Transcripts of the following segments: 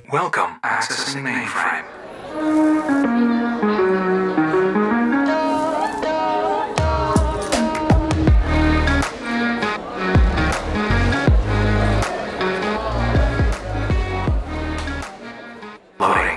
Welcome, accessing mainframe. Loading.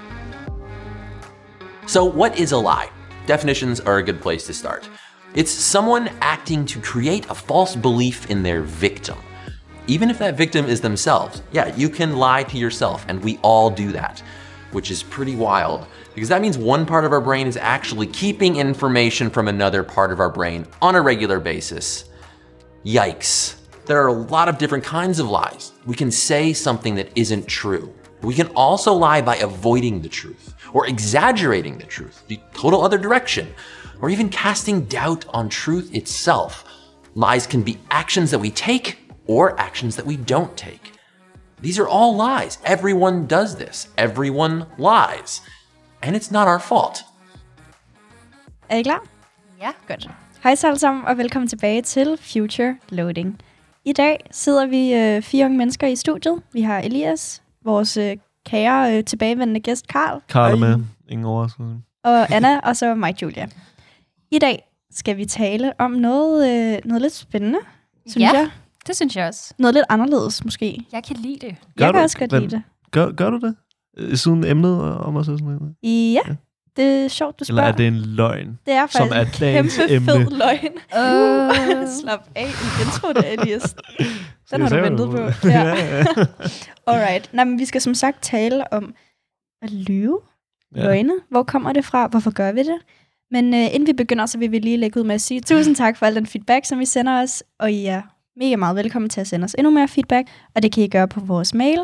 So what is a lie? Definitions are a good place to start. It's someone acting to create a false belief in their victim. Even if that victim is themselves. Yeah, you can lie to yourself, and we all do that, which is pretty wild, because that means one part of our brain is actually keeping information from another part of our brain on a regular basis. Yikes. There are a lot of different kinds of lies. We can say something that isn't true. We can also lie by avoiding the truth, or exaggerating the truth, the total other direction, or even casting doubt on truth itself. Lies can be actions that we take or actions that we don't take. These are all lies. Everyone does this. Everyone lies. And it's not our fault. Er I klar? Ja. Godt. Hej så alle sammen, og velkommen tilbage til Future Loading. I dag sidder vi 4 unge mennesker i studiet. Vi har Elias, vores kære tilbagevendende gæst Karl. Karl er med. Ingen overraskelse. Og Anna, og så mig, Julia. I dag skal vi tale om noget lidt spændende, synes jeg. Det synes jeg også. Noget lidt anderledes, måske. Jeg kan lide det. Jeg kan også godt lide det. Gør du det? Siden emnet om os og sådan noget? Ja, det er sjovt, du spørger. Eller er det en løgn? Det er som faktisk er en kæmpe emne? fed løgn. Slap af i intro der, Elias. Den har du ventet på. Ja. Alright. Nej, men vi skal som sagt tale om at lyve. Løgne. Hvor kommer det fra? Hvorfor gør vi det? Men inden vi begynder, så vil vi lige lægge ud med at sige tusind tak for al den feedback, som I sender os. Og I er mega meget velkommen til at sende os endnu mere feedback. Og det kan I gøre på vores mail.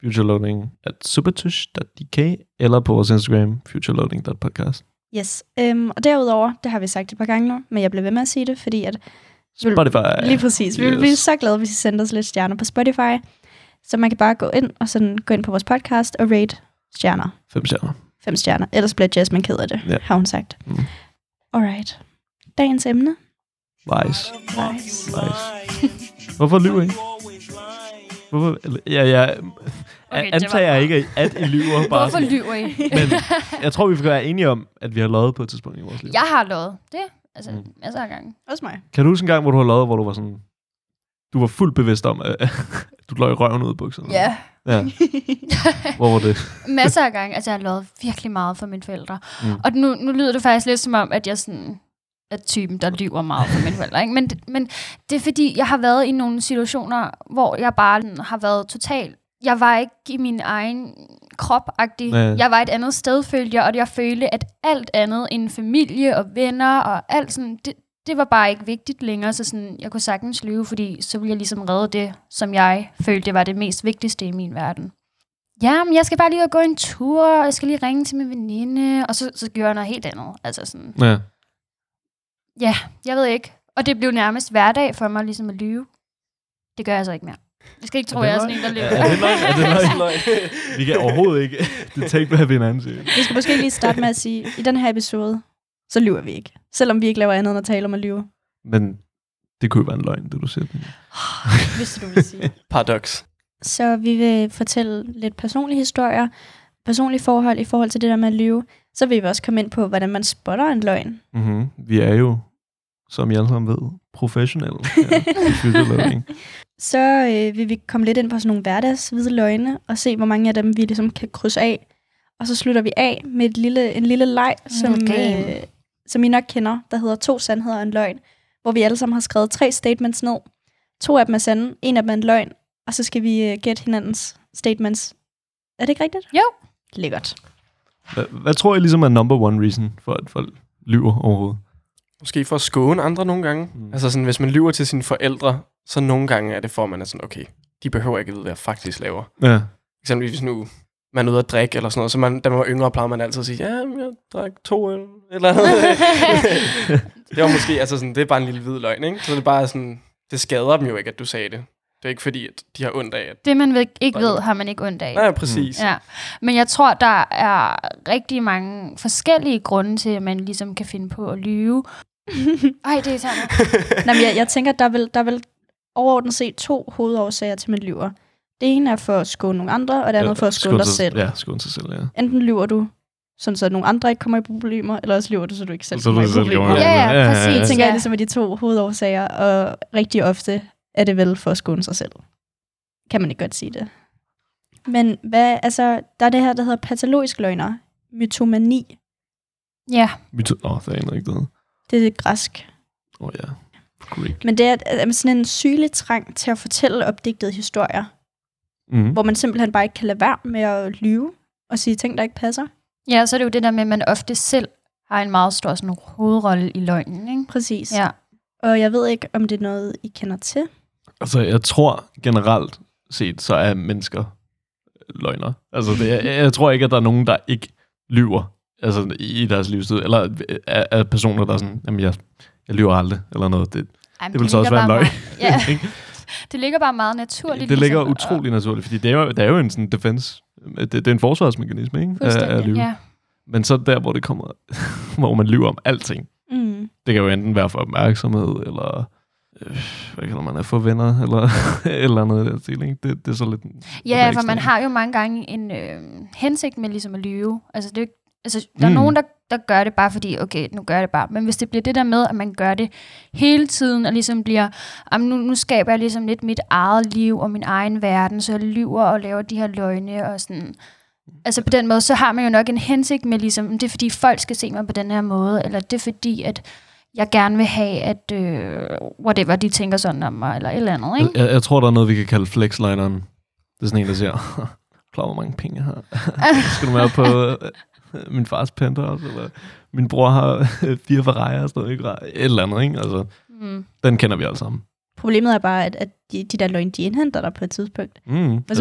futureloading@supertush.dk eller på vores Instagram, futureloading.podcast. Yes. Og derudover, det har vi sagt et par gange nu, men jeg bliver ved med at sige det, fordi at... Spotify. Lige præcis. Vi vil blive så glade, hvis I sender os lidt stjerner på Spotify. Så man kan bare gå ind og sådan gå ind på vores podcast og rate stjerner. 5 stjerner. 5 stjerner. Ellers bliver Jasmine ked af det, har hun sagt. Alright. Dagens emne. Lies. Hvorfor lyver I? Hvorfor? Jeg antager ikke, at I lyver bare. Hvorfor lyver I? Men jeg tror, vi kan være enige om, at vi har løjet på et tidspunkt i vores liv. Jeg har løjet. Det altså masser af gange. Også mig. Kan du huske en gang, hvor du har løjet, hvor du var sådan... Du var fuldt bevidst om, at du løj røven ud af bukserne? Ja. Hvor var det? Masser af gange. Altså, jeg har løjet virkelig meget for mine forældre. Og nu lyder det faktisk lidt som om, at jeg sådan... er typen, der lyver meget for mine forældre. Ikke? Men det er fordi, jeg har været i nogle situationer, hvor jeg bare har været total... Jeg var ikke i min egen krop-agtig. Jeg var et andet sted, følte jeg, og jeg følte, at alt andet end familie og venner og alt sådan... Det var bare ikke vigtigt længere, så sådan, jeg kunne sagtens lyve, fordi så ville jeg ligesom redde det, som jeg følte, det var det mest vigtigste i min verden. Ja, men jeg skal bare lige gå en tur, og jeg skal lige ringe til min veninde, og så gjorde jeg noget helt andet. Altså sådan... Ja, jeg ved ikke. Og det blev nærmest hverdag for mig ligesom at lyve. Det gør jeg så ikke mere. Jeg skal ikke tro, at jeg er sådan en, der lyver. Er det løgn? Vi kan overhovedet ikke. Det tænker hvad vi hinanden siger. Vi skal måske lige starte med at sige, i den her episode, så lyver vi ikke. Selvom vi ikke laver andet end at tale om at lyve. Men det kunne jo være en løgn, det du siger. Hvis du vil sige. Paradoks. Så vi vil fortælle lidt personlige historier, personlige forhold i forhold til det der med at lyve. Så vil vi også komme ind på, hvordan man spotter en løgn. Mm-hmm. Vi er jo, som I alle sammen ved, professionelle. Så vil vi komme lidt ind på sådan nogle hverdagshvide løgne, og se, hvor mange af dem vi ligesom kan krydse af. Og så slutter vi af med en lille leg, som I nok kender, der hedder 2 sandheder og en løgn, hvor vi alle sammen har skrevet 3 statements ned. 2 af dem er sande, 1 af dem er en løgn, og så skal vi gætte hinandens statements. Er det ikke rigtigt? Jo. Lækkert. Hvad tror I ligesom er number one reason for, at folk lyver overhovedet? Måske for at skåne andre nogle gange. Altså sådan, hvis man lyver til sine forældre, så nogle gange er det for, at man er sådan, okay, de behøver ikke vide, hvad jeg faktisk laver. Ja. Eksempelvis nu, man er ude at drikke eller sådan noget, så da man var yngre, plejede man altid at sige, ja, jeg drak 2 øl, eller andet. Det var måske, altså sådan, det er bare en lille hvid løgn, ikke? Så det er bare sådan, det skader dem jo ikke, at du sagde det. Det er ikke fordi, at de har ondt af. At det, man ikke ved, har man ikke ondt af. Nej, præcis. Ja. Men jeg tror, der er rigtig mange forskellige grunde til, at man ligesom kan finde på at lyve. Ej, det er sådan. Jeg tænker, at der er vel overordnet set 2 hovedårsager til, man lyver. Det ene er for at skåne nogle andre, og det andet for at skåne dig selv. Ja, skåne sig selv, ja. Enten lyver du, sådan så nogle andre ikke kommer i problemer, eller også lyver du, så du ikke selv Så kommer i problemer. Ja, præcis. Det tænker jeg ligesom er de 2 hovedårsager, og rigtig ofte er det vel for at skåne sig selv. Kan man ikke godt sige det. Men der er det her, der hedder patologisk løgner. Mytomani. Ja. Det er ikke det. Det er græsk. Ja. Greek. Men det er sådan en sygelig trang til at fortælle opdigtede historier, hvor man simpelthen bare ikke kan lade være med at lyve og sige ting, der ikke passer. Ja, så er det jo det der med, at man ofte selv har en meget stor sådan, hovedrolle i løgnen, ikke? Præcis. Ja. Og jeg ved ikke, om det er noget, I kender til. Altså, jeg tror generelt set, så er mennesker løgner. Altså, jeg tror ikke, at der er nogen, der ikke lyver altså, i deres livstid. Eller er personer, der er sådan, jamen, jeg lyver aldrig, eller noget. Det vil så også være en løgn. Ja. Det ligger bare meget naturligt. Det ligger utrolig naturligt, fordi det er jo en sådan defense. Det er en forsvarsmekanisme, ikke? At lyve. Ja. Men så der, hvor det kommer, hvor man lyver om alting. Det kan jo enten være for opmærksomhed, eller hvad kan man få venner, eller noget af den stil, ikke? Det er så lidt... Ja, for man har jo mange gange en hensigt med ligesom at lyve. Altså, der er nogen, der gør det bare fordi, okay, nu gør jeg det bare. Men hvis det bliver det der med, at man gør det hele tiden, og ligesom bliver, nu skaber jeg ligesom lidt mit eget liv og min egen verden, så jeg lyver og laver de her løgne og sådan... Altså på den måde, så har man jo nok en hensigt med ligesom, det er fordi folk skal se mig på den her måde, eller det er fordi, at jeg gerne vil have, at whatever, de tænker sådan om mig, eller et eller andet, ikke? Jeg tror, der er noget, vi kan kalde flexlineren. Det er sådan en, der siger, klar, hvor mange penge jeg har. Skal du med på min fars penthouse, eller min bror har 4 Ferrari'er og sådan noget, ikke? Et eller andet, ikke? Altså, den kender vi alle sammen. Problemet er bare, at de der løgn, de indhenter dig på et tidspunkt. Og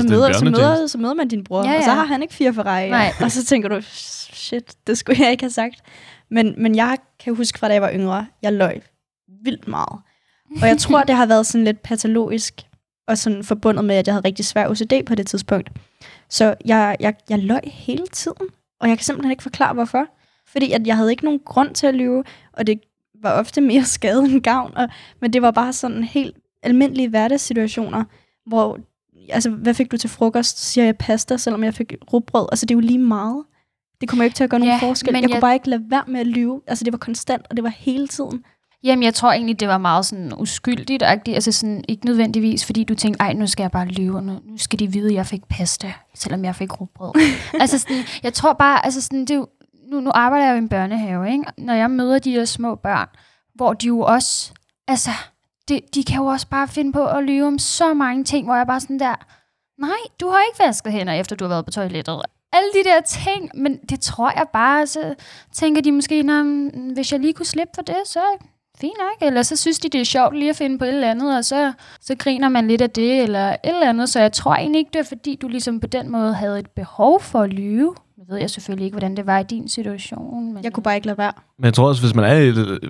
så møder man din bror, og så har han ikke 4 Ferrari'er. Og så tænker du, shit, det skulle jeg ikke have sagt. Men jeg kan huske fra da jeg var yngre, jeg løg vildt meget. Og jeg tror, det har været sådan lidt patologisk, og sådan forbundet med, at jeg havde rigtig svær OCD på det tidspunkt. Så jeg løg hele tiden, og jeg kan simpelthen ikke forklare, hvorfor. Fordi at jeg havde ikke nogen grund til at lyve, og det var ofte mere skade end gavn. Men det var bare sådan helt almindelige hverdagssituationer, hvor, altså, hvad fik du til frokost? Siger jeg pasta, selvom jeg fik rugbrød. Altså, det er jo lige meget. Det kommer jo ikke til at gøre nogen forskel. Jeg kunne bare ikke lade være med at lyve. Altså, det var konstant, og det var hele tiden. Jamen, jeg tror egentlig, det var meget sådan uskyldigt. Altså sådan, ikke nødvendigvis, fordi du tænkte, ej, nu skal jeg bare lyve, og nu skal de vide, at jeg fik pasta, selvom jeg fik rugbrød. Altså sådan, jeg tror bare, altså sådan, det er jo, nu arbejder jeg jo i en børnehave, ikke? Når jeg møder de der små børn, hvor de jo også, altså, de kan jo også bare finde på at lyve om så mange ting, hvor jeg bare sådan der, nej, du har ikke vasket hænder, efter du har været på toilettet. Alle de der ting, men det tror jeg bare, så tænker de måske, hvis jeg lige kunne slippe for det, så fint nok. Eller så synes de, det er sjovt lige at finde på et eller andet, og så griner man lidt af det, eller et eller andet. Så jeg tror egentlig ikke, det er fordi, du ligesom på den måde havde et behov for at lyve. Nu ved jeg selvfølgelig ikke, hvordan det var i din situation. Men jeg kunne bare ikke lade være. Men jeg tror også, hvis man er i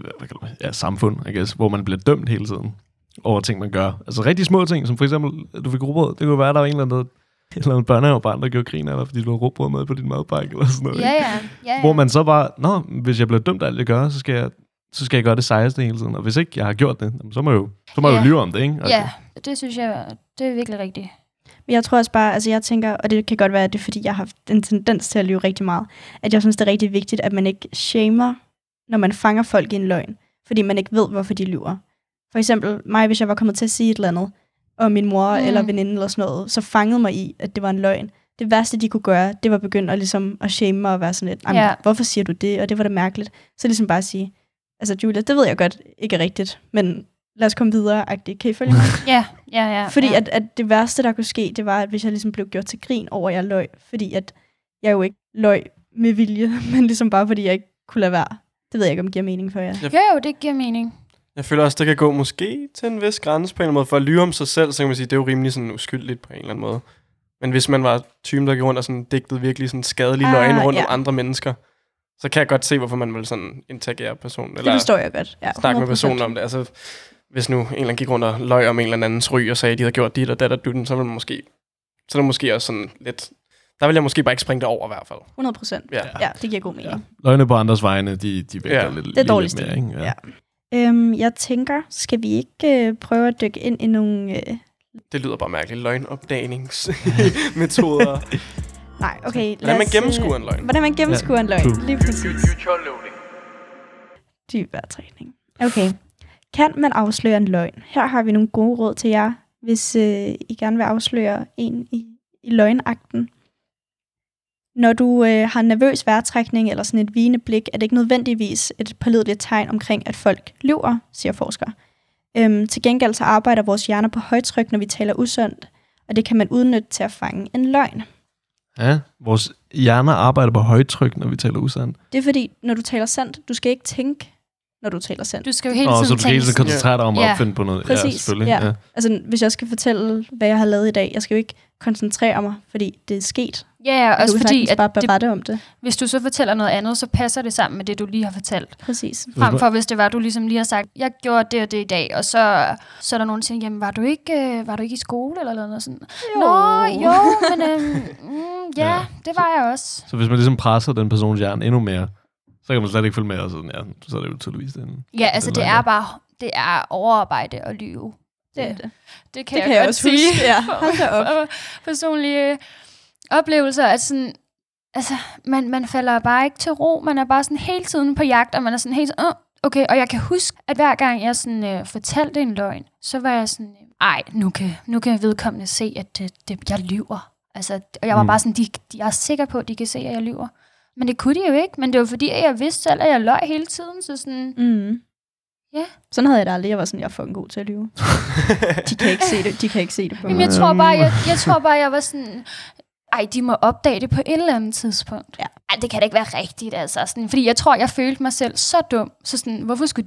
et samfund, I guess, hvor man bliver dømt hele tiden over ting, man gør. Altså rigtig små ting, som for eksempel, du fik rugbrød. Det kunne være, der var en eller anden børnehavebarn, der gjorde grin af dig, fordi du har rugbrød med på din madpakke, eller sådan noget. Ja. Hvor man så bare, hvis jeg bliver dømt af alt, jeg gør, så skal jeg gøre det sejeste hele tiden. Og hvis ikke jeg har gjort det, så må jeg jo lyve om det, ikke? Okay. Ja, det synes jeg, det er virkelig rigtigt. Men jeg tror også bare, altså jeg tænker, og det kan godt være, at det er fordi, jeg har haft en tendens til at lyve rigtig meget, at jeg synes, det er rigtig vigtigt, at man ikke shamer, når man fanger folk i en løgn, fordi man ikke ved, hvorfor de lyver. For eksempel mig, hvis jeg var kommet til at sige et eller andet, og min mor eller veninde eller sådan noget, så fangede mig i, at det var en løgn. Det værste, de kunne gøre, det var begyndt at, ligesom, at shame mig og være sådan lidt, hvorfor siger du det, og det var da mærkeligt. Så ligesom bare sige, altså Julia, det ved jeg godt ikke er rigtigt, men lad os komme videre-agtigt. Kan I følge mig? Ja. Fordi at det værste, der kunne ske, det var, at hvis jeg ligesom blev gjort til grin over, at jeg løg, fordi at jeg jo ikke løg med vilje, men ligesom bare fordi jeg ikke kunne lade være. Det ved jeg ikke, om det giver mening for jer. Jo, det giver mening. Jeg føler også, det kan gå måske til en vis grænse på en eller anden måde. For at lyve om sig selv, så kan man sige, det er jo rimelig sådan uskyldigt på en eller anden måde. Men hvis man var typen, der gik rundt og sådan digtede virkelig sådan skadelige løgne rundt om andre mennesker, så kan jeg godt se, hvorfor man vil sådan interagere personen. Eller det forstår jeg godt. Ja, snakke med personen om det. Altså, hvis nu en eller anden gik rundt og løg om en eller andens ryg og sagde, at de havde gjort dit og dat og dutten, så ville man måske, så er det måske også sådan lidt, der vil jeg måske bare ikke springe det over i hvert fald. 100%. Ja, det giver god mening. Ja. Løgne på andres vegne, de vægter lidt. Det er dårligt mere, ikke? Ja. Jeg tænker, skal vi ikke prøve at dykke ind i nogle Det lyder bare mærkeligt. Løgnopdagningsmetoder. Nej, okay. Hvordan man gennemskuer en løgn. Hvordan man gennemskuer en løgn, lige præcis. Dyb vejrtrækning. Okay. Kan man afsløre en løgn? Her har vi nogle gode råd til jer, hvis I gerne vil afsløre en i løgnakten. Når du har nervøs vejrtrækning eller sådan et vigende blik, er det ikke nødvendigvis et pålideligt tegn omkring, at folk lyver, siger forskere. Til gengæld så arbejder vores hjerner på højtryk, når vi taler usundt, og det kan man udnytte til at fange en løgn. Ja, vores hjerner arbejder på højtryk, når vi taler usandt. Det er fordi, når du taler sandt, du skal ikke tænke, når du taler sandt. Du skal jo hele tiden så du kan hele tiden koncentrere dig om at opfinde på noget. Præcis, ja, selvfølgelig. Ja. Altså, hvis jeg skal fortælle, hvad jeg har lavet i dag, jeg skal jo ikke koncentrere mig, fordi det er sket. Ja, også fordi, at bare berette om det. Hvis du så fortæller noget andet, så passer det sammen med det, du lige har fortalt. Præcis. Frem for, hvis det var, du ligesom lige har sagt, jeg gjorde det og det i dag, og så er der nogen, der siger, jamen, var du ikke i skole eller noget sådan? Jo. Nå, men ja, det var jeg også. Så hvis man ligesom presser den persons hjerne endnu mere, så kan man slet ikke følge med, og sådan, så er det jo tydeligvis den. Ja, altså det er bare, det er overarbejde at lyve. Det er det. Det kan jeg godt sige. Huske. Ja, hold da op. Personlige oplevelser, at sådan, altså, man falder bare ikke til ro. Man er bare sådan hele tiden på jagt, og man er sådan helt sådan, okay. Og jeg kan huske, at hver gang jeg sådan, fortalte en løgn, så var jeg sådan, nu kan vedkommende se, at jeg lyver. Altså, og jeg var bare sådan, jeg er sikker på, at de kan se, at jeg lyver. Men det kunne de jo ikke. Men det var fordi, at jeg vidste selv, at jeg løg hele tiden. Så sådan, ja. Sådan havde jeg det aldrig. Jeg var sådan, jeg er fucking god til at lyve. De kan ikke se det på mig. Jamen, jeg tror bare, jeg var sådan, de må opdage det på et eller andet tidspunkt. Ja. Ej, det kan da ikke være rigtigt, altså. Sådan, fordi jeg tror, jeg følte mig selv så dum. Så sådan, hvorfor skulle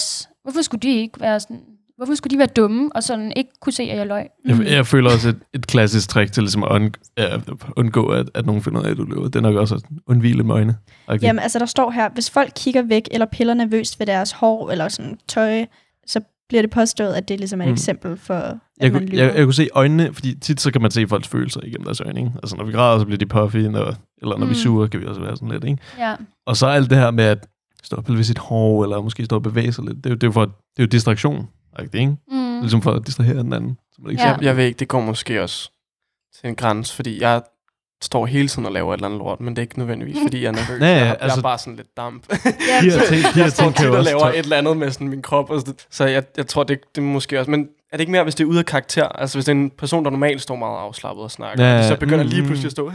de være dumme, og sådan ikke kunne se, at jeg løg? Jeg føler også et klassisk trick til ligesom at undgå, at nogen finder ud af, at du løber. Det er nok også at undvile med øjne. Okay. Jamen, altså der står her, hvis folk kigger væk, eller piller nervøst ved deres hår, eller sådan tøj, så bliver det påstået, at det ligesom er et eksempel for, at man lyver. Jeg kunne se øjnene, fordi tit så kan man se folks følelser igennem deres øjne, ikke? Altså når vi græder, så bliver de puffy, eller når vi suger, kan vi også være sådan lidt, ikke? Ja. Og så alt det her med at stå og pille ved sit hår, eller måske stå og bevæge sig lidt, det er jo distraktion, ikke? Ligesom for at distrahere den anden. Jeg ved ikke, det går måske også til en grænse, fordi jeg står hele tiden og laver et eller andet lort, men det er ikke nødvendigvis, fordi jeg er nervøs. Jeg er bare sådan lidt damp. Jeg står tit og laver et eller andet med sådan min krop. Så jeg tror, det er måske også... Men er det ikke mere, hvis det er ude af karakter? Altså hvis det er en person, der normalt står meget afslappet og snakker, så begynder lige pludselig at stå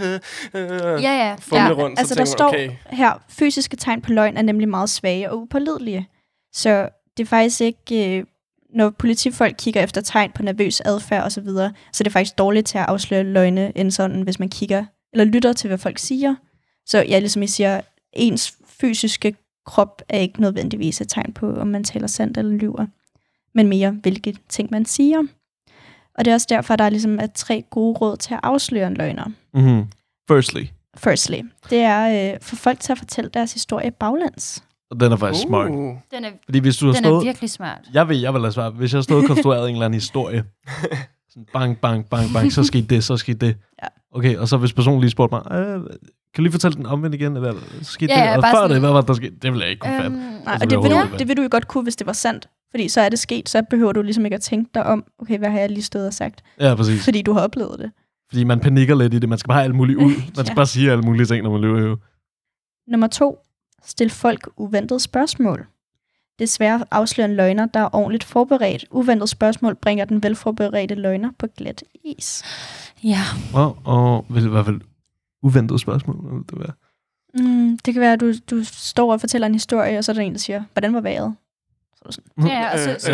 fumle rundt. Altså der står her, fysiske tegn på løgn er nemlig meget svage og upålidelige. Så det er faktisk ikke... Når politifolk kigger efter tegn på nervøs adfærd osv., så er det faktisk dårligt til at afsløre løgne, end sådan, hvis man kigger eller lytter til, hvad folk siger. Så ja, ligesom I siger, ens fysiske krop er ikke nødvendigvis et tegn på, om man taler sandt eller lyver, men mere, hvilke ting man siger. Og det er også derfor, der er ligesom 3 gode råd til at afsløre en løgner. Mm-hmm. Firstly. Det er for folk til at fortælle deres historie baglæns. Og den er faktisk smart. Fordi hvis du har den er virkelig smart. Jeg vil lade svare. Hvis jeg har stået og konstrueret en eller anden historie, sådan bang, bang, bang, bang, så skete det. Ja. Okay, og så hvis personen lige spurgte mig, kan du lige fortælle den omvendt igen? Eller så skete det, og før sådan, det, hvad var der skete? Det vil jeg ikke kunne fatte. Nej, og det vil du jo godt kunne, hvis det var sandt. Fordi så er det sket, så behøver du ligesom ikke at tænke dig om, okay, hvad har jeg lige stået og sagt? Ja, præcis. Fordi du har oplevet det. Fordi man panikker lidt i det. Man skal bare have alt muligt ud. Man skal bare sige alle mulige ting, når man løber. Nummer 2. Stil folk uventede spørgsmål. Det er svært at afsløre en løgner, der er ordentligt forberedt. Uventede spørgsmål bringer den velforberedte løgner på glat is. Ja. Og vil i hvert fald uventede spørgsmål, vil det være? Det kan være, at du står og fortæller en historie, og så er der en, der siger, hvordan var vejret? Så er du sådan, ja, og så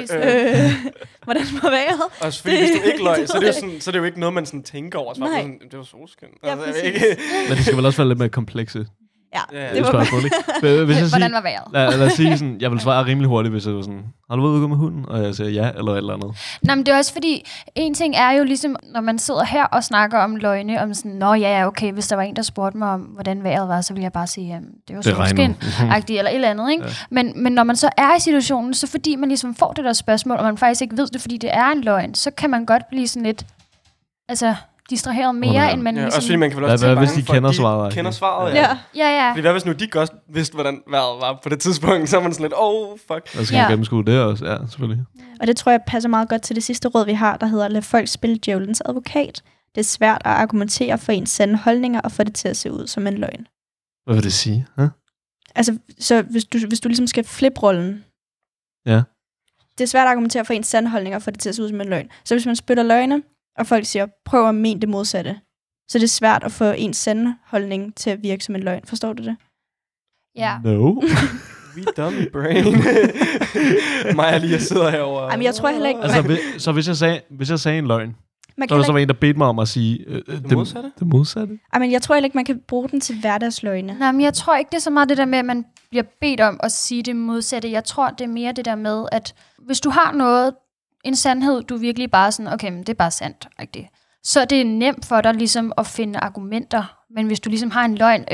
hvordan var vejret? Og selvfølgelig, hvis du ikke løg, så er det jo ikke noget, man sådan tænker over. Så sådan, det var solskin. Ja, men det skal vel også være lidt mere komplekse. Ja, det var spørgsmål, ikke? Hvordan var vejret? Lad os sige sådan, jeg vil svare rimelig hurtigt, hvis jeg var sådan, har du været ude med hunden? Og jeg siger ja, eller et eller andet. Nå, men det er også fordi, en ting er jo ligesom, når man sidder her og snakker om løgne, om sådan, nå ja, okay, hvis der var en, der spurgte mig om, hvordan vejret var, så ville jeg bare sige, det var solskin-agtigt, eller et eller andet, ikke? Ja. Men når man så er i situationen, så fordi man ligesom får det der spørgsmål, og man faktisk ikke ved det, fordi det er en løgn, så kan man godt blive sådan lidt, altså, distraheret mere, end man ja, ligesom... også fordi man kan vel også Hvad tage hvis de bange for, kender at svaret? kender svaret, Ja. Ja. Fordi hvad hvis nu de godt vidste, hvordan vejret var på det tidspunkt, så er man sådan lidt, fuck. Der skal man gennemskue det også, ja, selvfølgelig. Og det tror jeg passer meget godt til det sidste råd, vi har, der hedder, lad folk spille djævelens advokat. Det er svært at argumentere for ens sande holdninger og få det til at se ud som en løgn. Hvad vil det sige? Huh? Altså, så hvis du ligesom skal flippe rollen. Ja. Det er svært at argumentere for ens sande holdninger og få det til at se ud som en løgn. Så hvis man spytter løgne, og folk siger, prøv at mene det modsatte, så det er svært at få ens sande holdning til at virke som en løgn. Forstår du det? Ja. No. We dummy brain. Maja lige sidder herovre. Jamen, jeg tror heller ikke... Altså, så hvis jeg sagde en løgn, man så var der så en, der bedte mig om at sige det modsatte? Det modsatte? Jamen, jeg tror heller ikke, man kan bruge den til hverdagsløgne. Nej, men jeg tror ikke, det er så meget det der med, at man bliver bedt om at sige det modsatte. Jeg tror, det er mere det der med, at hvis du har noget, en sandhed, du virkelig bare sådan, okay, men det er bare sandt, ikke? Så er det nemt for dig ligesom at finde argumenter. Men hvis du ligesom har en løgn,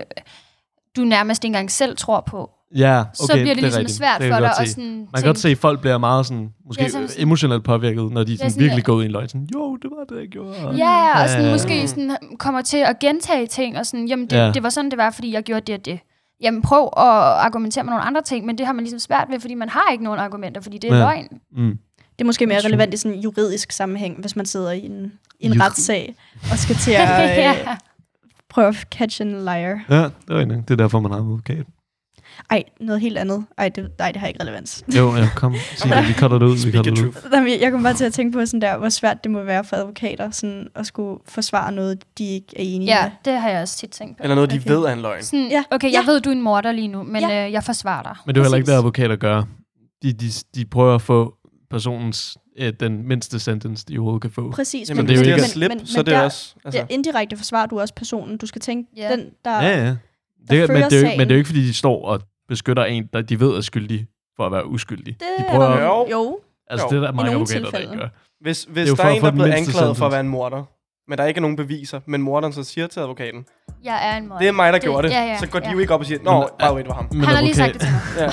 du nærmest ikke engang selv tror på, ja, okay, så bliver det ligesom rigtigt. svært det for dig at at sådan man kan godt se, at folk bliver meget sådan, måske Ja, sådan, emotionelt påvirket, når de sådan, sådan, virkelig går ud i en løgn. Sådan, jo, det var det, jeg gjorde. Ja, og sådan, måske sådan, kommer til at gentage ting, og sådan, jamen det var sådan, det var, fordi jeg gjorde det og det. Jamen prøv at argumentere med nogle andre ting, men det har man ligesom svært ved, fordi man har ikke nogen argumenter, fordi det er løgn. Mm. Det er måske mere relevant i sådan en juridisk sammenhæng, hvis man sidder i en retssag og skal til at prøve at catch an liar. Ja, det er rigtigt. Det er derfor, man har en advokat. Ej, noget helt andet. Det har ikke relevans. Jo, ja, kom. Sig det. Vi cutter det ud. Vi cutter det ud. Jeg kom bare til at tænke på sådan der, hvor svært det må være for advokater sådan at skulle forsvare noget, de ikke er enige Ja, med. det har jeg også tit tænkt på. Eller noget, de ved er en løgn. Sådan, Ja. okay, jeg ved, du er en morder lige nu, men jeg forsvarer dig. Men det er heller ikke det, advokater gør. De prøver at få personens den mindste sentence, de overhovedet kan få. Præcis. Jamen, det er jo ikke at slippe, så det er også... Altså. Indirekte forsvarer du også personen. Du skal tænke, den der... Ja. Men det er jo ikke, fordi de står og beskytter en, der de ved er skyldig for at være uskyldig. Det de prøver er der jo. Altså, det er der mange advokater, der ikke gør. Hvis der er en, der er blevet anklaget for at være en morder, men der er ikke nogen beviser, men morderen så siger til advokaten, jeg er en morder. Det er mig, der gjorde det. Ja, så går de jo ikke op og siger, nå, bare det var ham. Han har lige sagt det til mig. Ja.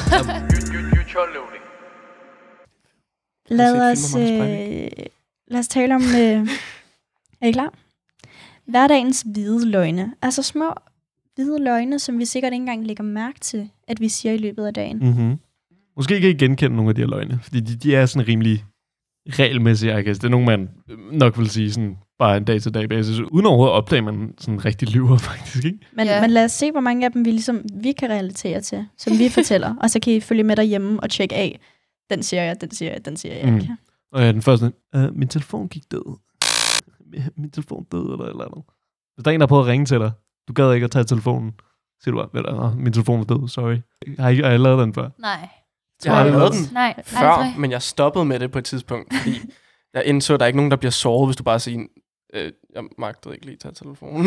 Lad os tale om... er I klar? Hverdagens hvide løgne. Altså små hvide løgne, som vi sikkert ikke engang lægger mærke til, at vi siger i løbet af dagen. Mm-hmm. Måske kan I genkende nogle af de her løgne, fordi de er sådan rimelig regelmæssige, jeg kan. Det er nogle, man nok vil sige sådan, bare en dag-til-dag basis. Uden overhovedet at opdage, man sådan rigtig lyver faktisk, ikke? Men lad os se, hvor mange af dem vi kan relatere til, som vi fortæller. Og så kan I følge med derhjemme og tjekke af. Den siger jeg ikke. Og den første, min telefon gik død. Min telefon død, eller andet. Hvis der er en, der prøver at ringe til dig, du gad ikke at tage telefonen, siger du bare, min telefon er død, sorry. Har jeg lavet den før? Nej. Jeg har lavet den før, aldrig. men jeg stoppede med det på et tidspunkt, fordi jeg indså, at der er ikke nogen, der bliver såret, hvis du bare siger, jeg magtede ikke lige tage telefonen.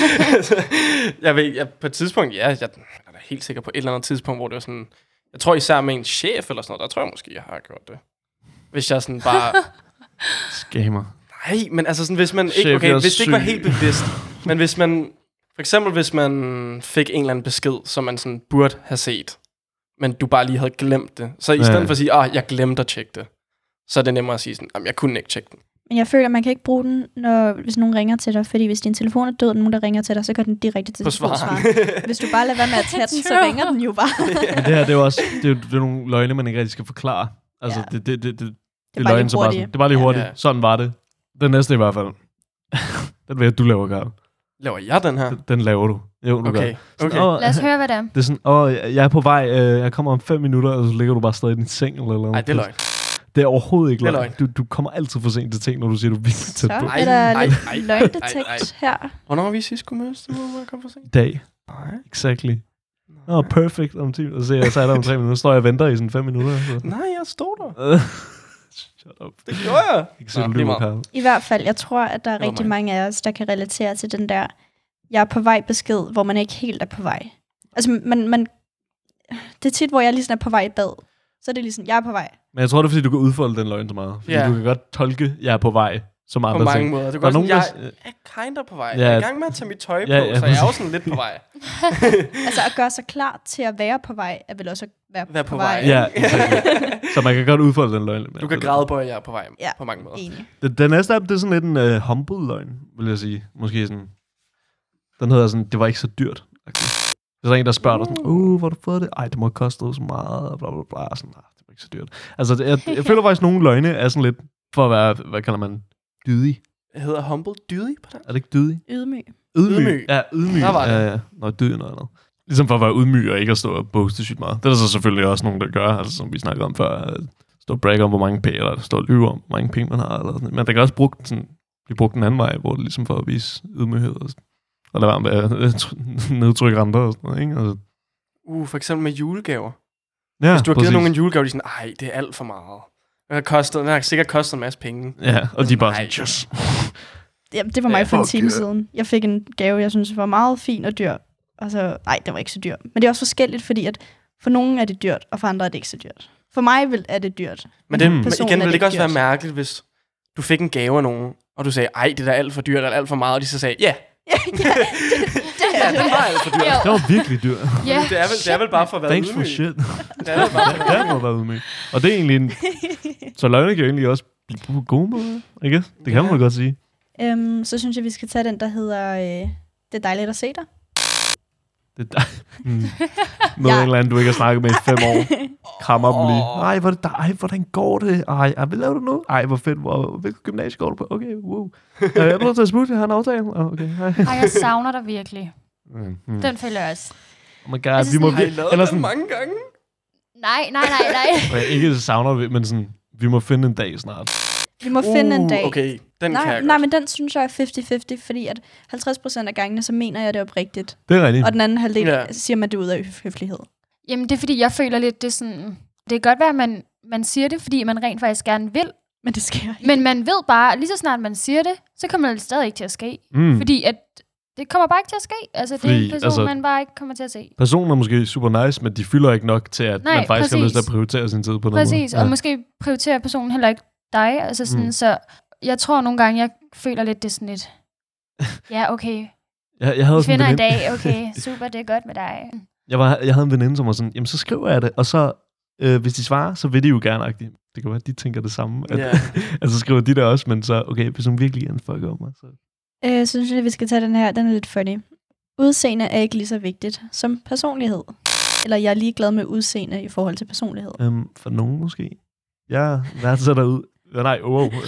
På et tidspunkt, jeg er da helt sikker på et eller andet tidspunkt, hvor det var sådan, jeg tror især med en chef eller sådan noget, der tror jeg måske, jeg har gjort det. Hvis jeg sådan bare... Scammer. Nej, men altså sådan, hvis man ikke... Okay, hvis det ikke var helt bevidst, men hvis man... For eksempel, hvis man fik en eller anden besked, som man sådan burde have set, men du bare lige havde glemt det. Så i stedet for at sige, jeg glemte at tjekke det, så er det nemmere at sige sådan, jeg kunne ikke tjekke den. Men jeg føler, at man kan ikke bruge den, hvis nogen ringer til dig, fordi hvis din telefon er død, og nogen der ringer til dig, så går den direkte til telefonsvaren. Hvis du bare lader være med at tage den, så ringer den jo bare. Men det her, det er jo også det er nogle løgne, man ikke rigtig skal forklare. Altså, det er løgne, som bare sådan, det er bare lige hurtigt. Ja. Sådan var det. Den næste i hvert fald. Den ved jeg, du laver, Karl. Laver jeg den her? Den laver du. Jo, du gør. Okay. Lad os høre, hvad det er. Det er sådan, jeg er på vej, jeg kommer om 5 minutter, og så ligger du bare stadig i din seng. Eller noget. Nej, det er løgn. Det er overhovedet ikke løgn. Du kommer altid for sent til ting, når du siger, du vil tæt på. Så er der lidt løgndetekt her. Hvornår har vi sidst kunne mødes? Hvor jeg kom for sent? I dag. Exactly. Perfect. Om 10 minutter. Så er der om 3 minutter. Står jeg og venter i sådan 5 minutter. Så. Nej, jeg står der. Shut up. Det gjorde jeg. Ikke så lyver, Karl. I hvert fald, jeg tror, at der er rigtig mange af os, der kan relatere til den der, jeg er på vej besked, hvor man ikke helt er på vej. Altså, det er tit, hvor jeg lige sådan er på vej i bad. Så er det ligesom, jeg er på vej. Men jeg tror, det er, fordi du kan udfolde den løgn så meget. Fordi du kan godt tolke, jeg er på vej, som andre ting. På mange måder. Du kan også sådan, jeg er kinda på vej. Jeg er i gang med at tage mit tøj på, så jeg er også sådan lidt på vej. Altså, at gøre sig klar til at være på vej, er vel også at være på vej. Ja, så man kan godt udfolde den løgn. Du kan græde på, at jeg er på vej på mange måder. Enig. Den næste app, det er sådan lidt en humble løgn, vil jeg sige. Måske sådan, den hedder sådan, det var ikke så dyrt. Hvis der er en, der spørger dig sådan, hvor har du fået det? Ej, det må koste så meget, og bla bla bla. Sådan, det var ikke så dyrt. Altså, jeg føler faktisk, nogle løgne er sådan lidt, for at være, hvad kalder man, dydig. Det hedder humble dydig på den? Er det ikke dydig? Ydmyg. Ja, ydmyg. Der var det. Ja. Nå, dydig er noget andet. Ligesom for at være ydmyg og ikke at stå og boaste sygt meget. Det er der så selvfølgelig også nogen, der gør, altså som vi snakkede om før, at stå og bragge om, hvor mange penge, eller stå og lyve om, hvor mange penge man har. Eller sådan. Men der kan også blive brugt en anden vej, hvor det ligesom for at vise ydmyghed og lade være med at nedtrykke andre og sådan noget, ikke? Altså. For eksempel med julegaver. Ja, hvis du har givet nogen en julegave, de er sådan, ej, det er alt for meget. Den har sikkert kostet en masse penge. Ja, og de er bare sådan, just. Jamen, det var mig for en time siden. Jeg fik en gave, jeg synes var meget fin og dyr. Og så, nej, det var ikke så dyrt. Men det er også forskelligt, fordi at for nogen er det dyrt, og for andre er det ikke så dyrt. For mig er det dyrt. Men det, igen, vil det ikke også være mærkeligt, hvis du fik en gave af nogen, og du sagde, ej, det er alt for dyrt, eller alt for meget, og de så sagde, ja. Ja, det var alt for dyrt. Det var virkelig dyrt. Ja. Det er vel bare for at være Thanks ydmyg. for shit. Det er vel bare for at være ydmyg. Og det er egentlig så løgne kan jo egentlig også blive på gode måder, ikke? Det kan man godt sige. Så synes jeg, vi skal tage den, der hedder Det er dejligt at se dig. Det er noget eller andet, du ikke har snakket med i 5 år. Krammer dem lige. Ej, hvordan går det? Ej, hvad laver du nu? Ej, hvor fedt. Hvilket gymnasie går du på? Okay, wow. Jeg er blevet til at smutte, jeg har en aftale. Okay, hej. Ej, jeg savner dig virkelig. Den følger jeg også. Oh my god, vi må... Har I lavet det mange gange? Nej. Ikke savner vi, men sådan, vi må finde en dag snart. Vi må finde en dag. Okay, den kan jeg nej, men den synes jeg er 50-50, fordi at 50% af gangene, så mener jeg det oprigtigt. Det er rigtigt. Og den anden halvdel siger man det ud af høflighed. Jamen, det er fordi, jeg føler lidt, det er sådan... Det kan godt være, at man siger det, fordi man rent faktisk gerne vil. Men det sker ikke. Men man ved bare, lige så snart man siger det, så kommer det stadig ikke til at ske. Fordi at det kommer bare ikke til at ske. Altså, det er en person, man bare ikke kommer til at se. Personen er måske super nice, men de fylder ikke nok til, at man faktisk har lyst til at prioritere sin tid på noget. Præcis, og måske prioriterer personen heller ikke dig. Altså sådan, så jeg tror nogle gange, jeg føler lidt, det er sådan lidt... Ja, okay. Jeg havde vi finder en dag, okay, super, det er godt med dig. Jeg havde en veninde, som var sådan, jamen så skriver jeg det, og så, hvis de svarer, så vil de jo gerne agtigt. Det kan være, at de tænker det samme. At så skriver de der også, men så, okay, hvis hun virkelig gerne fucker om mig, så... Synes jeg, vi skal tage den her, den er lidt funny. Udseende er ikke lige så vigtigt som personlighed. Eller jeg er ligeglad med udseende i forhold til personlighed. For nogen måske. Jeg værdsætter ud. Nej,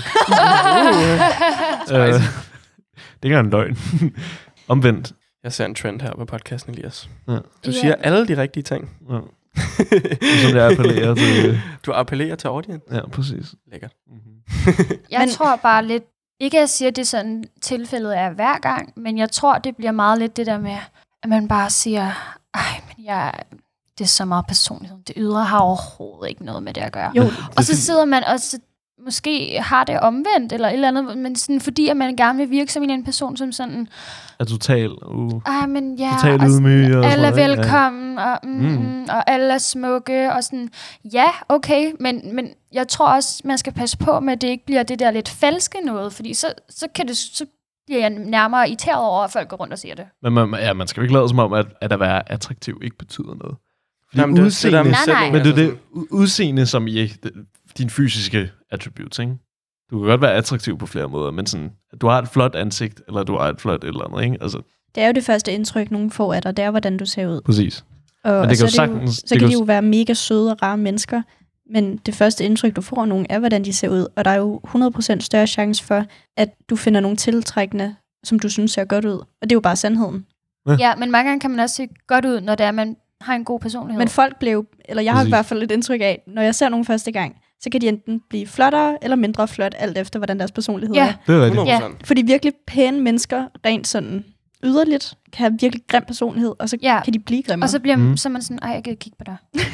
det er en løgn. Omvendt. Jeg ser en trend her på podcasten, Elias. Ja. Du siger alle de rigtige ting. Ja. Som jeg appellerer til... Du appellerer til audience. Ja, præcis. Lækkert. Jeg tror bare lidt, ikke at jeg siger, at det sådan tilfældet er hver gang, men jeg tror, det bliver meget lidt det der med, at man bare siger, men det er så meget personlighed. Det ydre har overhovedet ikke noget med det at gøre. Jo, og så sidder man også måske har det omvendt, eller et eller andet, men sådan, fordi at man gerne vil virke som en person, som sådan... Er total... men ja, total ydmyg og alle er velkommen, og alle er smukke, og sådan... Ja, okay, men jeg tror også, man skal passe på med, at det ikke bliver det der lidt falske noget, fordi så bliver jeg nærmere irriteret over, at folk går rundt og siger det. Men man skal jo ikke lade som om, at være attraktiv ikke betyder noget. Fordi jamen, udseende, men det er det udseende, som i din fysiske attributes, ikke? Du kan godt være attraktiv på flere måder, men sådan, at du har et flot ansigt, eller du har et flot et eller andet, ikke? Altså. Det er jo det første indtryk, nogen får af dig, det er, hvordan du ser ud. Præcis. Og men det kan så, så kan de jo være mega søde og rare mennesker, men det første indtryk, du får af nogen, er, hvordan de ser ud. Og der er jo 100% større chance for, at du finder nogen tiltrækkende, som du synes ser godt ud. Og det er jo bare sandheden. Ja, men mange gange kan man også se godt ud, når det er, man har en god personlighed. Men folk bliver eller jeg har i hvert fald et indtryk af, når jeg ser nogen første gang, så kan de enten blive flottere eller mindre flot, alt efter hvordan deres personlighed er. Det er rigtigt. Ja. Fordi virkelig pæne mennesker, rent sådan yderligt, kan have virkelig grim personlighed, og så kan de blive grimmere. Og så bliver så man sådan, jeg kan kigge på dig.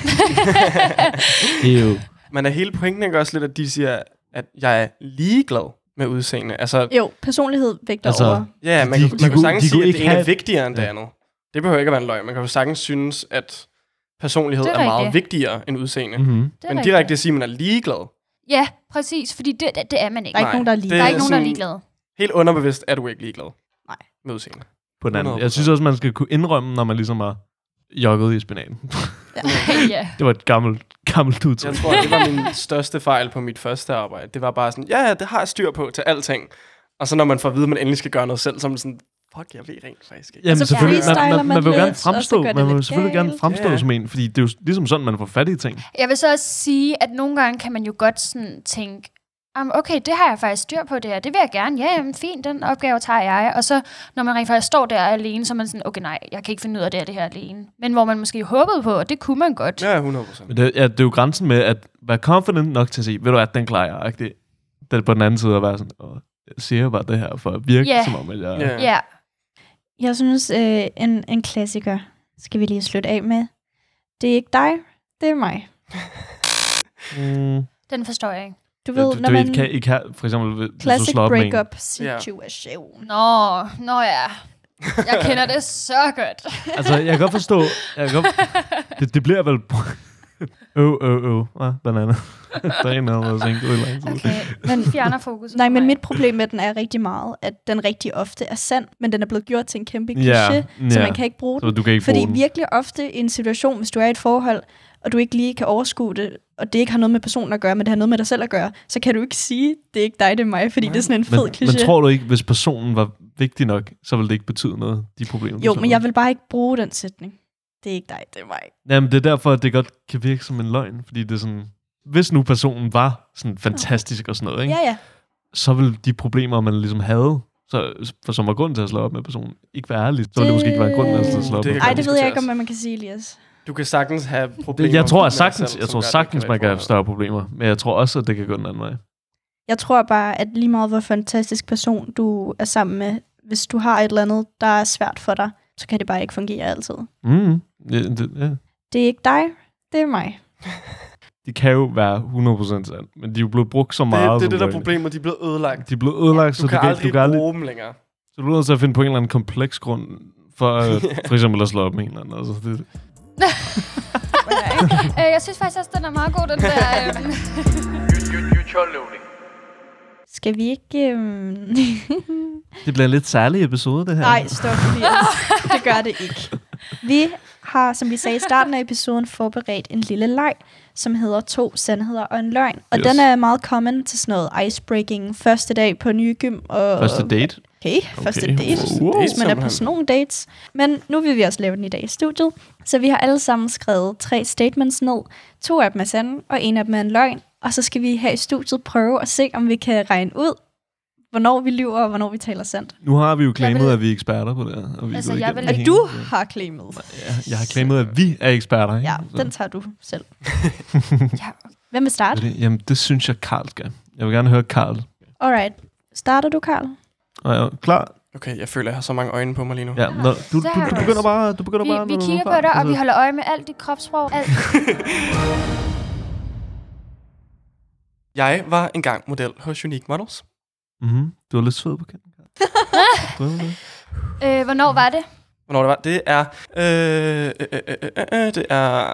Men er hele pointen ikke også lidt, at de siger, at jeg er ligeglad med udseende? Altså, jo, personlighed vægter over. Ja, man kan sagtens sige, at det ene er vigtigere end det andet. Det behøver ikke at være en løgn. Man kan jo sagtens synes, at personlighed er meget vigtigere end udseende. Men direkte at sige, at man er ligeglad. Ja, præcis, fordi det er man ikke. Der er ikke nogen, der er ligeglad. Der er ikke nogen, der er ligeglad. Helt underbevidst er du ikke ligeglad. Nej. Med udseende. På den anden. Jeg synes også, man skal kunne indrømme, når man ligesom har jogget i spinaten. Ja. Det var et gammelt udtryk. Jeg tror, det var min største fejl på mit første arbejde. Det var bare sådan, ja, det har jeg styr på til alting. Og så når man får at vide, at man endelig skal gøre noget selv, så er man sådan, fuck, jeg ved rent faktisk ikke. Jamen så selvfølgelig, freestyler man vil jo lidt, gerne og så fremstå, går det man vil lidt selvfølgelig gerne galt. fremstå som en, fordi det er jo ligesom sådan, man får fat i ting. Jeg vil så også sige, at nogle gange kan man jo godt sådan tænke, okay, det har jeg faktisk styr på det her. Det vil jeg gerne. Ja, jamen, fint, den opgave tager jeg. Og så, når man rent faktisk står der alene, så er man sådan, okay, nej, jeg kan ikke finde ud af det her alene. Men hvor man måske håbede på, og det kunne man godt. Ja, 100%. Men det er jo grænsen med at være confident nok til at sige, ved du at den klarer jeg ikke. Det er på den anden side at være sådan, jeg siger bare det her for at virke som om, at jeg... Yeah. Ja. Jeg synes, en klassiker skal vi lige slutte af med. Det er ikke dig, det er mig. Den forstår jeg ikke. Du ved, når man... kan, for eksempel, hvis du Classic slår op med en. breakup situation. Nå ja. Jeg kender det så godt. Altså, jeg kan godt forstå... Det bliver vel... banana. Der er en eller anden, der Okay, men fjerner fokus. Nej, men mit problem med den er rigtig meget, at den rigtig ofte er sand, men den er blevet gjort til en kæmpe kliché, så man kan ikke bruge den. Så du kan ikke Fordi bruge den. virkelig ofte i en situation, hvis du er i et forhold, og du ikke lige kan overskue det, og det ikke har noget med personen at gøre, men det har noget med dig selv at gøre, så kan du ikke sige, det er ikke dig, det er mig, fordi det er sådan en fed kliché. Men tror du ikke, hvis personen var vigtig nok, så ville det ikke betyde noget, de problemer? Jo, men jeg vil bare ikke bruge den sætning. Det er ikke dig, det er mig. Jamen, det er derfor, at det godt kan virke som en løgn, fordi det er sådan... Hvis nu personen var sådan fantastisk og sådan noget, ikke? Ja. Så ville de problemer, man ligesom havde, som var grund til at slå op med personen, ikke være ærligt. Så ville det måske ikke være en grund til at slå op med. Ej, det ved jeg ikke, om man kan sige, Elias. Du kan sagtens have problemer. Jeg tror med sagtens, dig jeg selv, tror som gør, sagtens det man kan have være større problemer, men jeg tror også, at det kan gå den anden vej. Jeg tror bare, at lige meget hvor fantastisk person du er sammen med, hvis du har et eller andet, der er svært for dig, så kan det bare ikke fungere altid. Ja. Det er ikke dig, det er mig. De kan jo være 100% sandt, men de er jo blevet brugt så meget. Det er det der problemer, de er blevet ødelagt. De er blevet ødelagt, Du så kan aldrig bruge dem længere. Så du er nødt til at finde på en eller anden kompleks grund, for for eksempel at slå op med en eller anden. Altså, det. Jeg synes faktisk også, den er meget god, den der... Skal vi ikke... Det bliver en lidt særlig episode, det her. Nej, stop lige. Det gør det ikke. Vi har, som vi sagde i starten af episoden, forberedt en lille leg, som hedder 2 sandheder og en løgn. Og den er meget common til sådan noget icebreaking. Første dag på nye gym. Og Første date? Okay, første date. Hvis man er på sådan nogle dates. Men nu vil vi også lave den i dag i studiet. Så vi har alle sammen skrevet 3 statements ned. 2 af dem er sande, og 1 af dem er en løgn. Og så skal vi her i studiet prøve at se, om vi kan regne ud, hvornår vi lyver, og hvornår vi taler sandt. Nu har vi jo claimet, at vi er eksperter på det her. Og vi Altså, går jeg igennem vil- det At hele. du har claimet. Ja, jeg har claimet, at vi er eksperter. Ikke? Ja, Så. den tager du selv. Ja. Hvem vil starte? Jamen, det synes jeg, Karl skal. Jeg vil gerne høre Karl. Alright. Starter du, Karl? Og jeg er klar? Okay, jeg føler, jeg har så mange øjne på mig lige nu. Ja, du begynder bare. Du begynder bare. Vi når du er kigger på klar. dig, og Altså, vi holder øje med alt dit kropssprog. Alt. Jeg var engang model hos Unique Models. Du er lidt sød på kanten. Hvornår var det? Hvornår det var? Det er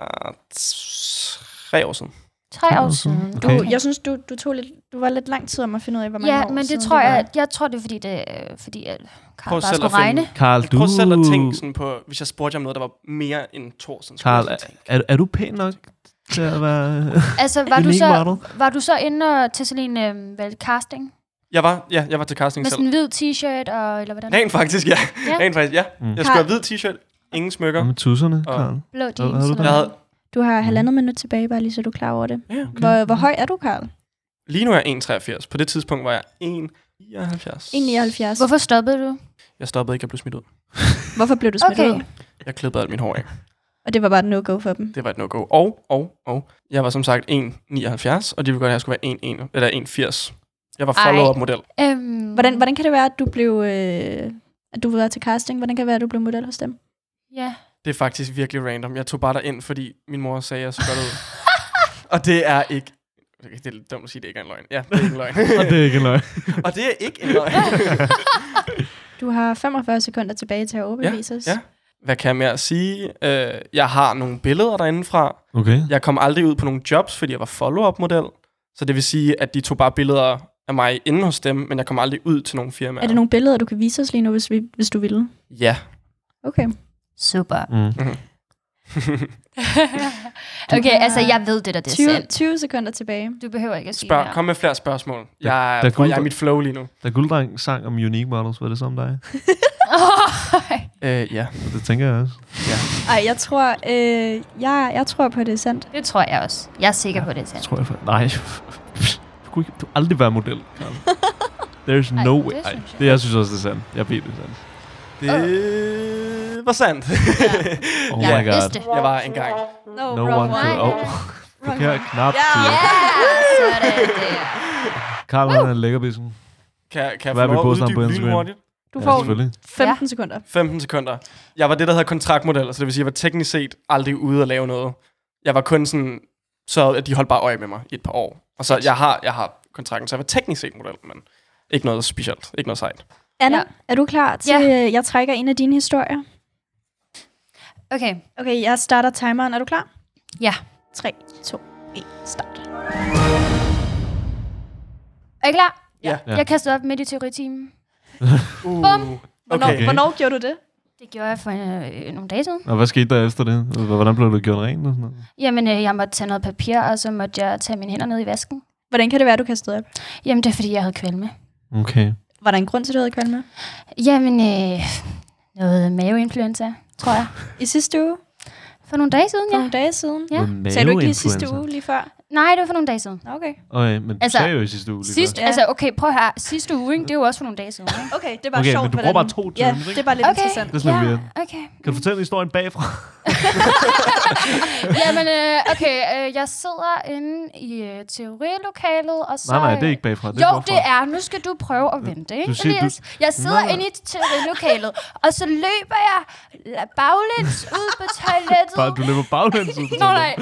3 år siden. 3 år siden. Okay. Jeg synes, du var lidt lang tid om at finde ud af, hvor mange Ja, år men det siden tror var. jeg tror det er fordi at Karl Prøv bare selv skulle at finde- regne. Karl, du... Prøv selv at tænke sådan på, hvis jeg spurgte jer om noget, der var mere end 2 år siden. så Karl, prøv at tænke. er du pæn nok til at være... Altså, var du så inde til sådan en casting? Jeg var til casting Med selv. sådan en hvid t-shirt, eller hvordan? Rent faktisk, ja. Ja. Rent faktisk, ja. Jeg skulle have hvid t-shirt, ingen smykker. Hvad med tusserne, Og- Karl? Blå Hvad jeans. havde du eller Jeg hvad? havde, Du har 1,5 minut tilbage, bare lige så du er klar over det. ja, okay. Hvor høj er du, Karl? Lige nu er jeg 1,83. På det tidspunkt var jeg 1,79. 1,79. Hvorfor stoppede du? Jeg stoppede ikke, jeg blev smidt ud. Hvorfor blev du smidt Okay. ud? Jeg klippede alt mit hår af. Og det var bare et no-go for dem. Det var et no-go. Og jeg var som sagt 1,79, og de ville godt have, at jeg skulle være 1,80. Jeg var follow-up-model. Hvordan kan det være, at du blev... at du var til casting? Hvordan kan det være, at du blev model hos dem? Ja. Det er faktisk virkelig random. Jeg tog bare derind, fordi min mor sagde, at jeg så godt ud. Og det er ikke... Det er lidt dumt at sige, at det ikke er en løgn. Ja, det er ikke en løgn. Og det er ikke en løgn. Og det er ikke en løgn. Du har 45 sekunder tilbage til at overbevise os. Ja. Hvad kan jeg mere sige? Jeg har nogle billeder derindefra. Okay. Jeg kom aldrig ud på nogle jobs, fordi jeg var follow-up-model. Så det vil sige, at de tog bare billeder af mig inde hos dem, men jeg kom aldrig ud til nogle firmaer. Er det nogle billeder, du kan vise os lige nu, hvis du ville? Ja. Okay. Super. Okay, altså jeg ved det, der det er sandt. 20 sekunder tilbage. Du behøver ikke at sige mere. Kom med flere spørgsmål. Jeg Der er i mit flow lige nu. Da Gulddreng sang om unique models, var det så om dig? Ja. Det tænker jeg også. Ej, jeg tror på, det er sandt. Det tror jeg også. Jeg er sikker på, det er sandt. Tror jeg nej. Du kunne aldrig være model, Karl. There's Ej, no det way. synes Ej, jeg. det jeg synes også, det er sandt. Jeg ved det er sandt. Det var sandt. Oh my Jeg god. vidste det. Jeg var engang. No wrong one could. one. Forkert knap Ja. til. Ja, sådan der. Karl, han er en lækkerbissen. Kan jeg Hvad er få vi lov på at sammen på uddybe Instagram? lynhurtigt? Du Ja, får selvfølgelig. 15 sekunder. 15 sekunder. Jeg var det, der hedder kontraktmodel, så det vil sige, at jeg var teknisk set aldrig ude at lave noget. Jeg var kun sådan, så at de holdt bare øje med mig i et par år. Og så jeg har kontrakten, så jeg var teknisk set model, men ikke noget specielt, ikke noget sejt. Anna, Ja. er du klar til, jeg trækker en af dine historier? Okay, Okay, jeg starter timeren. Er du klar? ja. 3, 2, 1, start. Er I klar? Ja. Jeg kastede op midt i teoritimen. Bum. Okay. Hvornår gjorde du det? Det gjorde jeg for nogle dage siden. Og hvad skete der efter det? Hvordan blev det gjort rent? Og sådan noget? Jamen, jeg måtte tage noget papir, og så måtte jeg tage mine hænder ned i vasken. Hvordan kan det være, du kastede op? Jamen, det er, fordi jeg havde kvalme. Okay. Var der en grund til, at du havde kvalme? Jamen, noget maveinfluenza, tror jeg. I sidste uge? For nogle dage siden, For ja. nogle dage siden? Ja. Sagde du ikke lige sidste uge, lige før? Nej, det var for nogle dage siden. Okay. Okay, men Altså, du sagde jo i sidste uge. Sidste, Ja. altså, okay, prøv her. Sidste uge, ikke? Det er jo også for nogle dage siden, ikke? Okay, det er bare Okay, sjovt. men du bruger bare 2 Ja, terms, det ikke? er bare lidt Okay, interessant. Det er sådan lidt ja, weird. okay. Kan du fortælle historien bagfra? Jamen, okay, jeg sidder inde i teorilokalet, og så... Nej, det er ikke bagfra. Det er Jo, forfra. det er. Nu skal du prøve at vente, ikke? Du siger, Elias? Jeg sidder Nej. inde i teorilokalet, og så løber jeg baglæns ud på toilettet. Bare, du løber baglæns ud. Nå, nej.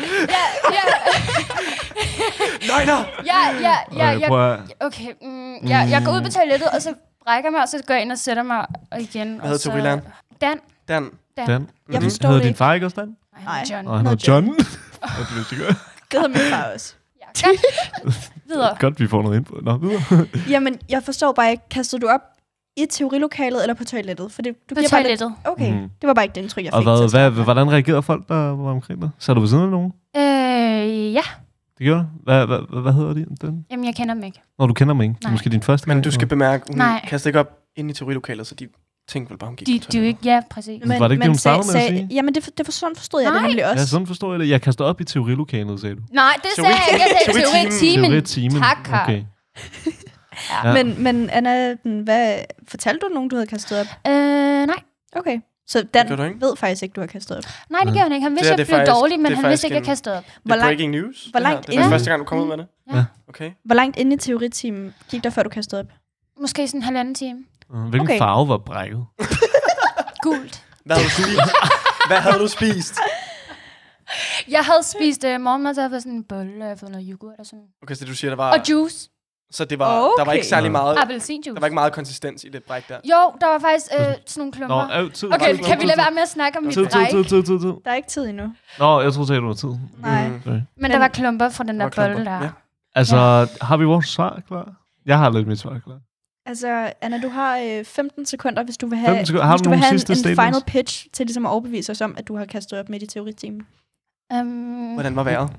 Løgner! Okay, prøv at... Okay, jeg går ud på toilettet, og så brækker mig, og så går jeg ind og sætter mig igen. Hvad hedder teorilæreren? Dan. Dan. Jeg forstår Hedder det din ikke. far ikke også Dan? Nej. John. Og han hedder John. Og det vidste jeg godt. Det hedder min far også. Ja, godt. Videre. Godt, vi får noget info. Nå, videre. Jamen, jeg forstår bare ikke. Kastede du op i teorilokalet eller på toilettet? For det, du På giver bare toilettet. Lidt, okay, det var bare ikke det indtryk, jeg Og fik til at starte med. hvordan reagerede folk, der var omkring dig? Så du ved siden af nogen? Ja. Det gjorde du? Hvad hedder de? Den? Jamen, jeg kender dem ikke. Nå, du kender dem ikke. Det er Nej. måske din første gang. Men du skal bemærke, hun Nej. kaster ikke op ind i teorilokalet, så de tænkte vel bare, hun gik De på er jo toilettet. ikke... Ja, præcis. Var det ikke det, hun startede med at sige? Jamen, det for sådan forstod jeg det Nej. nemlig også. Ja, sådan forstår jeg det. Jeg kaster op i teorilokalet, sagde du. Nej, det sagde jeg ikke. Jeg sagde teoritimen. Teoritimen. Tak, Karl. Okay. Ja. Men Anna, hvad, fortalte du nogen, du havde kastet op? Nej. Okay. Så Det gør du Dan ikke? ved faktisk ikke, du har kastet op. Nej, det gør han ikke. Han vidste, Det jeg er blev faktisk- dårlig, men det er han vidste ikke, faktisk at jeg kastede op. Det er breaking news. hvor det her. langt Det er inde- første gang, du kommer ud med det? Ja. Okay. Hvor langt inde i teoritimen gik der, før du kastede op? Måske sådan en halvanden time. Hvilken Okay. farve var brækket? Gult. Hvad havde du spist? Hvad havde du spist? Jeg havde spist morgenmad, så jeg havde fået sådan en bolle, og jeg havde fået noget yoghurt og sådan. Okay, så du siger, der var... Og juice. Så det var, der var ikke særlig meget... Appelsinjuice. Der var ikke meget konsistens i det bræk der. Jo, der var faktisk sådan nogle klumper. Tid. Okay, kan vi lade være med at snakke om mit bræk? Tid. Der er ikke tid endnu. Nå, jeg troede, det var tid. Nej. Sorry. Men der var klumper fra den der Der var bolle klumper, der. ja. Altså, har vi vores svar klar? Jeg har lidt mit svar klar. Altså, Anna, du har 15 sekunder, hvis du vil 15 have, sekunder. Har hvis du du vil nogle have sidste en statements? final pitch til ligesom at overbevise os om, at du har kastet op midt i teoritimen. Hvordan var vejret?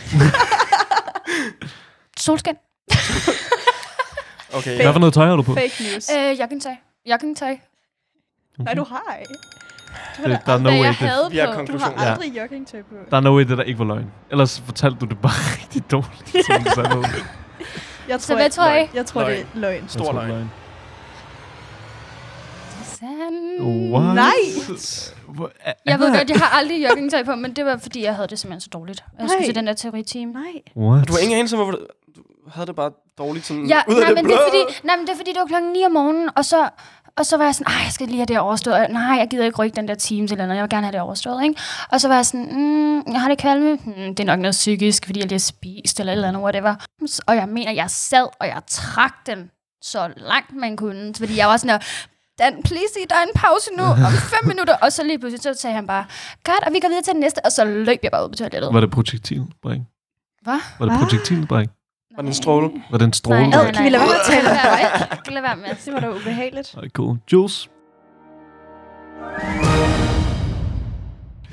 Solskin. Okay. Hvad for noget tøj har du på? Fake news. Joggingtøj. Nej, du har ikke. Der er no Hvad way, jeg det, havde Vi har på. Du konklusion. har aldrig joggingtøj på. der er no way, det der ikke var løgn. Ellers fortalte du det bare rigtig dårligt. Som det sagde ud. Jeg Så hvad tror I? Jeg tror, det er løgn. Stor løgn. Sand. What? Nej! Jeg ved godt, jeg har aldrig joggingtøj på, men det var fordi, jeg havde det simpelthen så dårligt. Jeg skulle Nej. til den der teoriteam. Nej. What? Du har ingen anelse om, hvorfor du havde det bare dårligt sådan Ja, ud af nej, det men blå. det er fordi, det var klokken 9 om morgenen, og så var jeg sådan, jeg skal lige have det overstået. Nej, jeg gider ikke rykke den der time til eller andet. Jeg vil gerne have det overstået, ikke? Og så var jeg sådan, jeg har det kvalme. Det er nok noget psykisk, fordi jeg lige har spist eller et eller andet, whatever. Og jeg mener, jeg sad, og jeg trak den så langt, man kunne. Fordi jeg var sådan der, Dan, please, der er en pause nu om 5 minutter. Og så lige pludselig, så sagde han bare, godt, og vi går videre til den næste. Og så løb jeg bare ud på toilettet. Var det projektilbræk? Hvad? Var det projektilbræk? Var den stråle? Var det en stråle? Ad, kan vi lade være med at tale? Lad være med. Det var da ubehageligt. Okay, cool. Jules?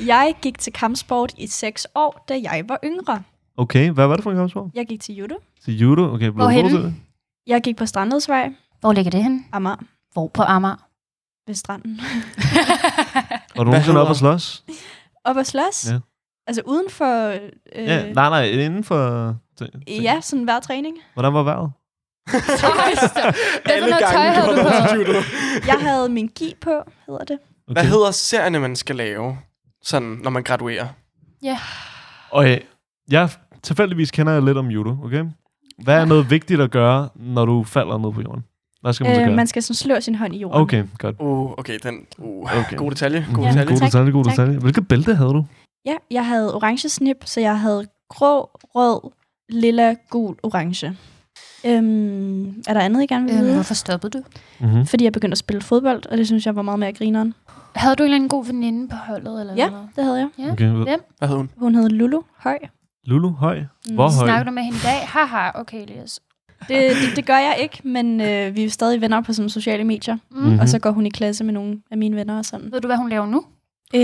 Jeg gik til kampsport i 6 år, da jeg var yngre. Okay, hvad var det for en kampsport? Jeg gik til judo. Til judo? Okay, blev du Hvorhenne? god til det? Jeg gik på Strandedsvej, Hvor ligger det hen? Amager, Hvor på Amager? ved stranden. Og du nogensinde op hedder- og slås? Op at slås. Ja. Altså uden for... Ja, nej, inden for... ja, sådan hver træning. Hvordan var vejret? Hvad for noget tøj havde du på? judo. Jeg havde min gi på, hedder det. Okay. Hvad hedder serierne, man skal lave, sådan, når man graduerer? Okay, jeg tilfældigvis kender jeg lidt om judo, okay? Hvad er noget vigtigt at gøre, når du falder ned på jorden? Hvad skal man så gøre? Man skal sådan slå sin hånd i jorden. Okay, godt. Okay, den... Okay. God detalje. God Ja, detalje. god tak. detalje, god Tak. detalje. Hvilket bælte havde du? Ja, jeg havde orange snip, så jeg havde grå, rød, lilla, gul, orange. Er der andet, I gerne vil vide? Hvorfor stoppede du? Mm-hmm. Fordi jeg begyndte at spille fodbold, og det synes jeg var meget mere grineren. Havde du en eller anden god veninde på holdet? Eller Ja, noget? det havde jeg. Ja. Okay. Hvad hed hun? Hun hed Lulu Høj. Lulu, høj. Hvor høj? Snakker du med hende i dag? Haha, okay, Elias. Det gør jeg ikke, men vi er stadig venner på sådan sociale medier. Mhm. Og så går hun i klasse med nogle af mine venner og sådan. Ved du, hvad hun laver nu?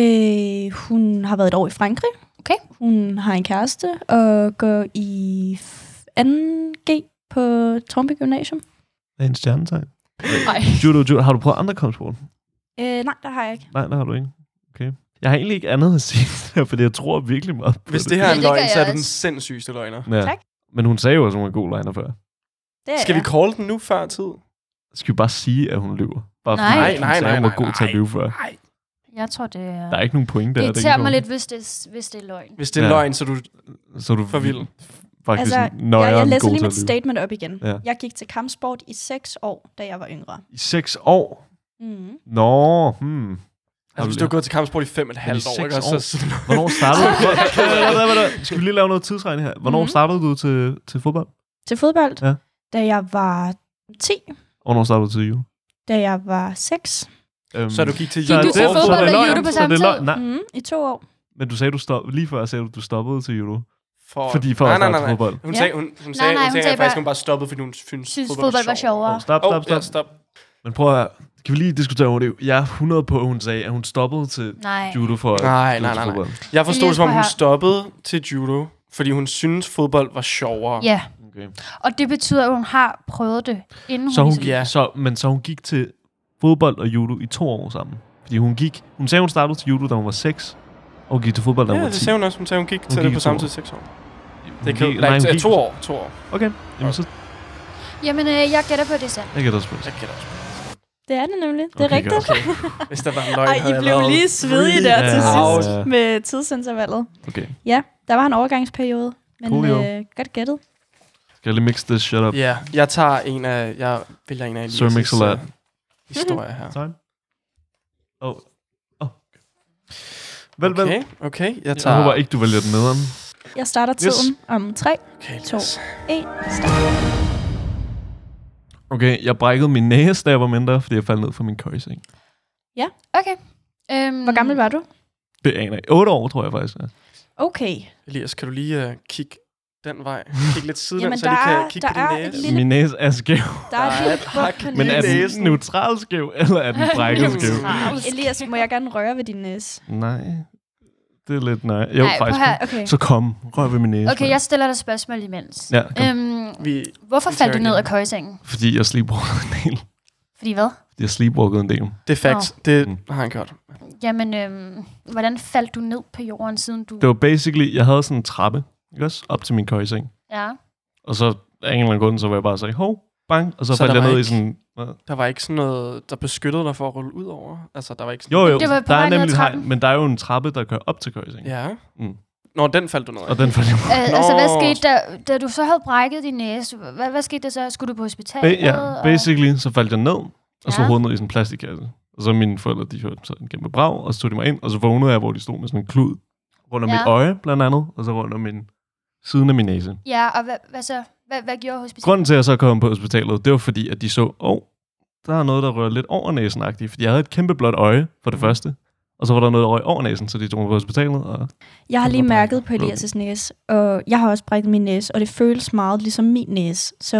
Hun har været et år i Frankrig. Okay. Hun har en kæreste og går i 2G på Tornby Gymnasium. Er en stjernetegn? Nej. Judo. Har du prøvet andre kampsport? Nej, der har jeg ikke. Nej, der har du ikke. Okay. Jeg har egentlig ikke andet at sige, fordi jeg tror virkelig meget på Hvis det her er Ja, en det gør løgn, så er jeg du den også. sindssygeste løgner. Ja. Tak. Men hun sagde jo også, at hun var en god løgner før. Det er Skal vi jeg. call den nu før tid? Skal vi bare sige, at hun lyver? Bare Nej. fordi hun Nej, sagde, nej, hun var nej, god til at nej. lyve før. Nej. Jeg tror, det er... Der er ikke nogen point der. Det irriterer mig ikke lidt, hvis det er løgn. Hvis det er Ja. løgn, så er du så er du for vild. faktisk Altså, nøjeren jeg læser god lige til mit at lyve. statement op igen. Ja. Jeg gik til kampsport i 6 år, da jeg var yngre. I 6 år? Mm. Nå, Altså, hvis du har gået til kampsport i 5,5 år, ikke? år. Så Hvornår startede du? Skal vi lige lave noget tidsregning her? Hvornår startede du til fodbold? Til fodbold, Ja. da jeg var 10, Og hvornår startede du til judo? da jeg var 6. Så du gik til Gik du til judo? fodbold så er det og løgn. judo på Så er samme det tid? løgn. Nej, I 2 år. men du sagde, lige før sagde du stoppede til judo. For At nej, starte til fodbold. Hun Ja. sagde, hun hun sagde sagde faktisk, hun bare stoppede, fordi hun Synes fodbold var sjovere. Stop. Ja, stop. Men prøv at høre. Kan vi lige diskutere over det? Jeg er 100 på, at hun sagde, at hun stoppede til Nej. judo for Nej. fodbold. Jeg forstod Elias, det, som om prøv hun her. stoppede til judo, fordi hun synes fodbold var sjovere. Ja, Okay. og det betyder, at hun har prøvet det, inden Så hun... hun, Ja. så hun gik til fodbold og judo i 2 år sammen. Fordi hun sagde, hun startede til judo, da hun var 6, og hun gik til fodbold, da hun Ja, var det 10. sagde hun også. Hun sagde, hun gik til gik det i på 2 samme år. tid 6 år. Hun Det kan gik- nej, hun gik- 2 år. 2 år. Okay, jamen så Jamen, jeg gætter på det selv. jeg kan da spørge. Jeg gætter også. Det er det nemlig. Det er Okay, rigtigt. godt. Okay. Hvis der var en løgn, Ej, havde I jeg blev været lige svedige free. der til Ja. sidst med tidsintervallet. Okay. Ja, der var en overgangsperiode, men Cool, jo. godt gættet. Skal jeg lige mix this shit up? Ja, jeg vælger en af Sir Mix-a-Lot. historier her. Time. Vel. Okay. Jeg Jeg tager... håber ikke, du vælger den nederen. Jeg starter tiden om 3, Okay, 2, yes. 1, start. Okay, jeg brækkede min næse, da jeg var mindre, fordi jeg faldt ned fra min køjseng. Okay. Hvor gammel var du? Det aner jeg. 8 år, tror jeg faktisk. Ja. Okay. Elias, kan du lige kigge den vej? Kig lidt sidelæns, Jamen, så jeg der lige er- kan kigge der på er din et næse. lille- Min næse er skæv. Der er Der er et et lille hak bump på Men er den næsen. neutral skæv, eller er den brækket skæv? Elias, må jeg gerne røre ved din næse? Nej. Det er lidt nej. Jo, Nej, faktisk. prøv her. Okay. Så kom, rør ved min næse. Okay, jeg stiller dig spørgsmål imens. Ja, kom. Hvorfor faldt du ned af køjsengen? Fordi jeg sleepwalkede en del. Fordi hvad? Fordi jeg sleepwalkede en del. Det er facts. Det har han gjort. Jamen, hvordan faldt du ned på jorden, siden du... Det var basically, jeg havde sådan en trappe, ikke også? Op til min køjeseng. Ja. Og så af en eller anden grund, så var jeg bare sige, hov, bang. Og så Så faldt der jeg var ned i ikke- sådan... Der var ikke sådan noget, der beskyttede dig for at rulle ud over? Altså, der var ikke sådan... Jo, Det var på der vej er ned ad nemlig trappen. hegn, men der er jo en trappe, der kører op til køjesengen. Ja. Mm. Nå, den faldt du ned af. Og den faldt jeg Altså, hvad Nå. skete der, da du så havde brækket din næse? Hvad skete der så? Skulle du på hospitalet? Ja, basically, så faldt jeg ned, og slog Ja. hovedet ned i sådan en plastikkasse. Og så mine forældre, de hørte så en kæmpe brag, og så tog de mig ind, og så vågnede jeg, hvor de stod med sådan en klud rundt om Ja. mit øje, blandt andet, og så rundt om siden af min næse. Ja, og hvad så? Hvad gjorde hospitalet? Grunden til, at jeg så kom på hospitalet, det var fordi, at de så, der er noget, der rører lidt over næsen-agtigt, fordi jeg havde et kæmpe blåt øje, for det første, og så var der noget, der røg over næsen, så de tog mig på hospitalet. Og Jeg har lige Den var mærket på brækket. Elias' næse, og jeg har også brækket min næse, og det føles meget ligesom min næse. Så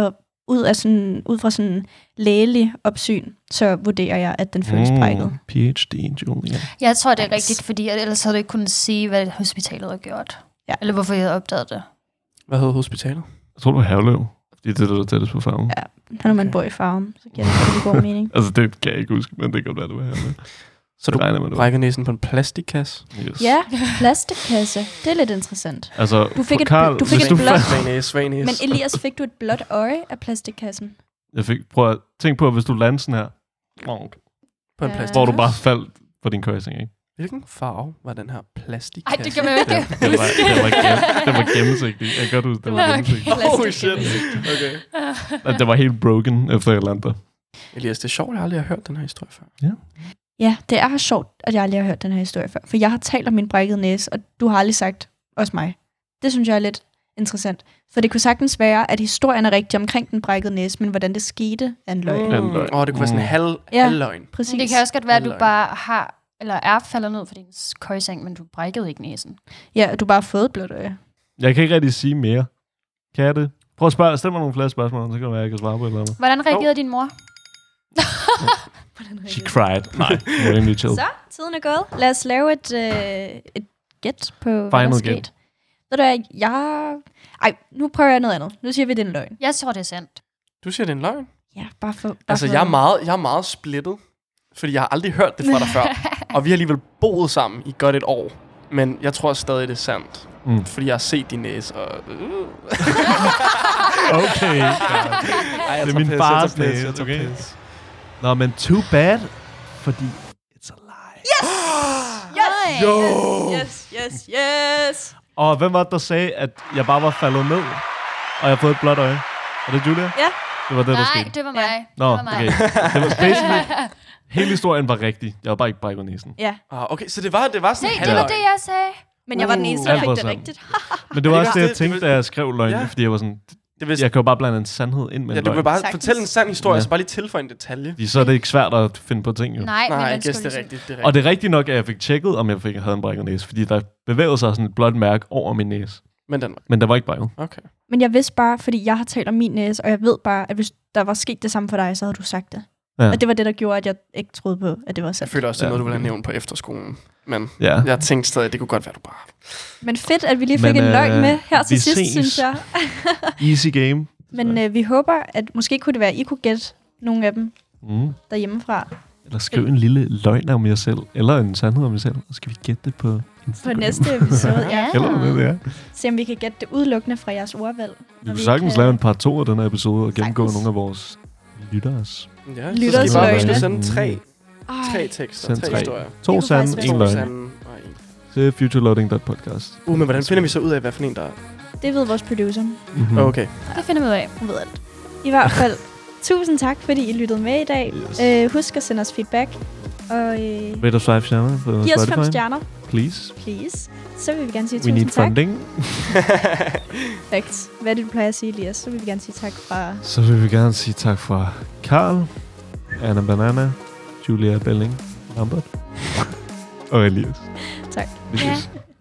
ud fra sådan lægelig opsyn, så vurderer jeg, at den føles brækket. PhD, Julia. Jeg tror, det er rigtigt, fordi ellers havde du ikke kunnet sige, hvad hospitalet havde gjort. Ja. Eller hvorfor jeg havde opdaget det. Hvad hedder hospitalet? Jeg tror, det var Herlev. Fordi det er der tættest på farven. Ja, når man bor i farven, så giver det rigtig god mening. Altså, det kan jeg ikke huske, men det kan være, det var Herlev. Så du regner med det. brækker næsen på en plastikkasse? Yes. Ja, plastikkasse. Det er lidt interessant. Altså, Du fik for et, Carl, du fik hvis et blåt... Svag næse. Men Elias, fik du et blåt øje af plastikkassen? Prøv at tænke på, hvis du lander sådan her, På en Ja. plastik. hvor du bare faldt på din køjsing, ikke? Hvilken farve var den her plastikkasse? Ej, det kan man jo ikke Den var gennemsigtig. Jeg kan godt huske, den var gennemsigtig. Oh shit. Okay. Det var helt broken, efter jeg landede. Elias, det er sjovt, jeg aldrig har hørt den her historie før. Ja, det er sjovt, at jeg aldrig har hørt den her historie før. For jeg har talt om min brækkede næse, og du har aldrig sagt, også mig. Det synes jeg er lidt interessant. For det kunne sagtens være, at historien er rigtig omkring den brækkede næse, men hvordan det skete er en løgn. En løgn. Det kunne være sådan en Ja. halvløgn. Præcis. Det kan også godt være, at du Løgn. bare har, eller er faldet ned for din køjseng, men du brækkede ikke næsen. Ja, du bare har fået et blåt øje. Jeg kan ikke rigtig sige mere. Kan jeg det? Prøv at spørge. Stil mig nogle flere spørgsmål, så kan det være, jeg kan svare på et eller andet. Hvordan reagerede din mor? She cried. Nej, det var rimelig chill. Så, tiden er gået. Lad os lave et gæt på, hvad der er Final sket. gæt. Ved du hvad, Ej, nu prøver jeg noget andet. Nu siger vi, det er en løgn. Jeg tror, det er sandt. Du siger, det er en løgn? Ja, bare for... Altså, jeg er meget splittet, fordi jeg har aldrig hørt det fra dig før. Og vi har alligevel boet sammen i godt et år. Men jeg tror stadig, det er sandt. Fordi jeg har set din næse, og... Okay. Ej, Det er min fars næse, okay? Nå, men too bad, fordi it's a lie. Yes! Jo! Yes! Og hvem var det, der sagde, at jeg bare var faldet ned, og jeg har fået et blåt øje? Er det Julia? Ja. Det var det, der Nej, skete. det var mig. Nå, det var mig. okay. Det var basically... Hele historien var rigtig. Jeg var bare ikke brækket næsen. Ja, Okay, så det var sådan Se, en det var halvløgn. det, jeg sagde. men jeg var den eneste, der Alt fik var det sandt. rigtigt. Men det var også det, jeg det tænkte, vil- da jeg skrev løgnen, Ja. fordi jeg var sådan... Det vil, Jeg kan jo bare blande en sandhed ind med ja, en du vil løgn. bare Sagtens. fortælle en sand historie, Ja. så bare lige tilføje en detalje. Fordi så er det ikke svært at finde på ting, jo. Nej, men Nej, man jeg gæster, skulle det er ligesom... rigtigt. Og det er rigtigt nok, at jeg fik tjekket, om jeg havde en brækket næse, fordi der bevægede sig sådan et blåt mærke over min næse. Men den var... Men der var ikke brækket. Okay. Men jeg vidste bare, fordi jeg har talt om min næse, og jeg ved bare, at hvis der var sket det samme for dig, så havde du sagt det. Ja. Og det var det, der gjorde, at jeg ikke troede på, at det var Jeg sandt. føler også, det er Ja. noget, du ville have nævnt på efterskolen. Men Ja. jeg tænkte stadig, at det kunne godt være, du bare... Men fedt, at vi lige fik Men, en løgn med her til vi sidst, ses. synes jeg. Easy game. Men vi håber, at måske kunne det være, at I kunne gætte nogle af dem derhjemmefra. Eller skriv en lille løgn om jer selv, eller en sandhed om jer selv, og skal vi gætte det på På Instagram. næste episode, ja. Eller hvad det er. Se om vi kan gætte det udelukkende fra jeres ordvalg. Vi kunne sagtens lave en part 2 af den her episode, og gennemgå Sagtens. nogle af vores lytteres. Ja, Lytters så skal vi bare løgne. sende tre Ej, tekster, Send 3 tre. historier. 2 kunne sande, faktisk være 1 To løgn. sande og en. Til futureloading.podcast. Men hvordan finder vi så ud af, hvad for en der er? det ved vores producer. Mm-hmm. Okay. Det finder vi ud af. Hun ved alt. I hvert fald, tusind tak, fordi I lyttede med i dag. Yes. Husk at sende os feedback. Og Rate os 5 stjerner på giv os 5 Spotify. stjerner, Please. please. Så vil vi gerne sige We need tusind tak. funding. Perfekt. Hvad er det, du plejer at sige, Elias? Så vil vi gerne sige tak fra... Så vil vi gerne sige tak fra Carl, Anna Banana, Julia Belling, Lambert og Elias. Tak. Vi ses.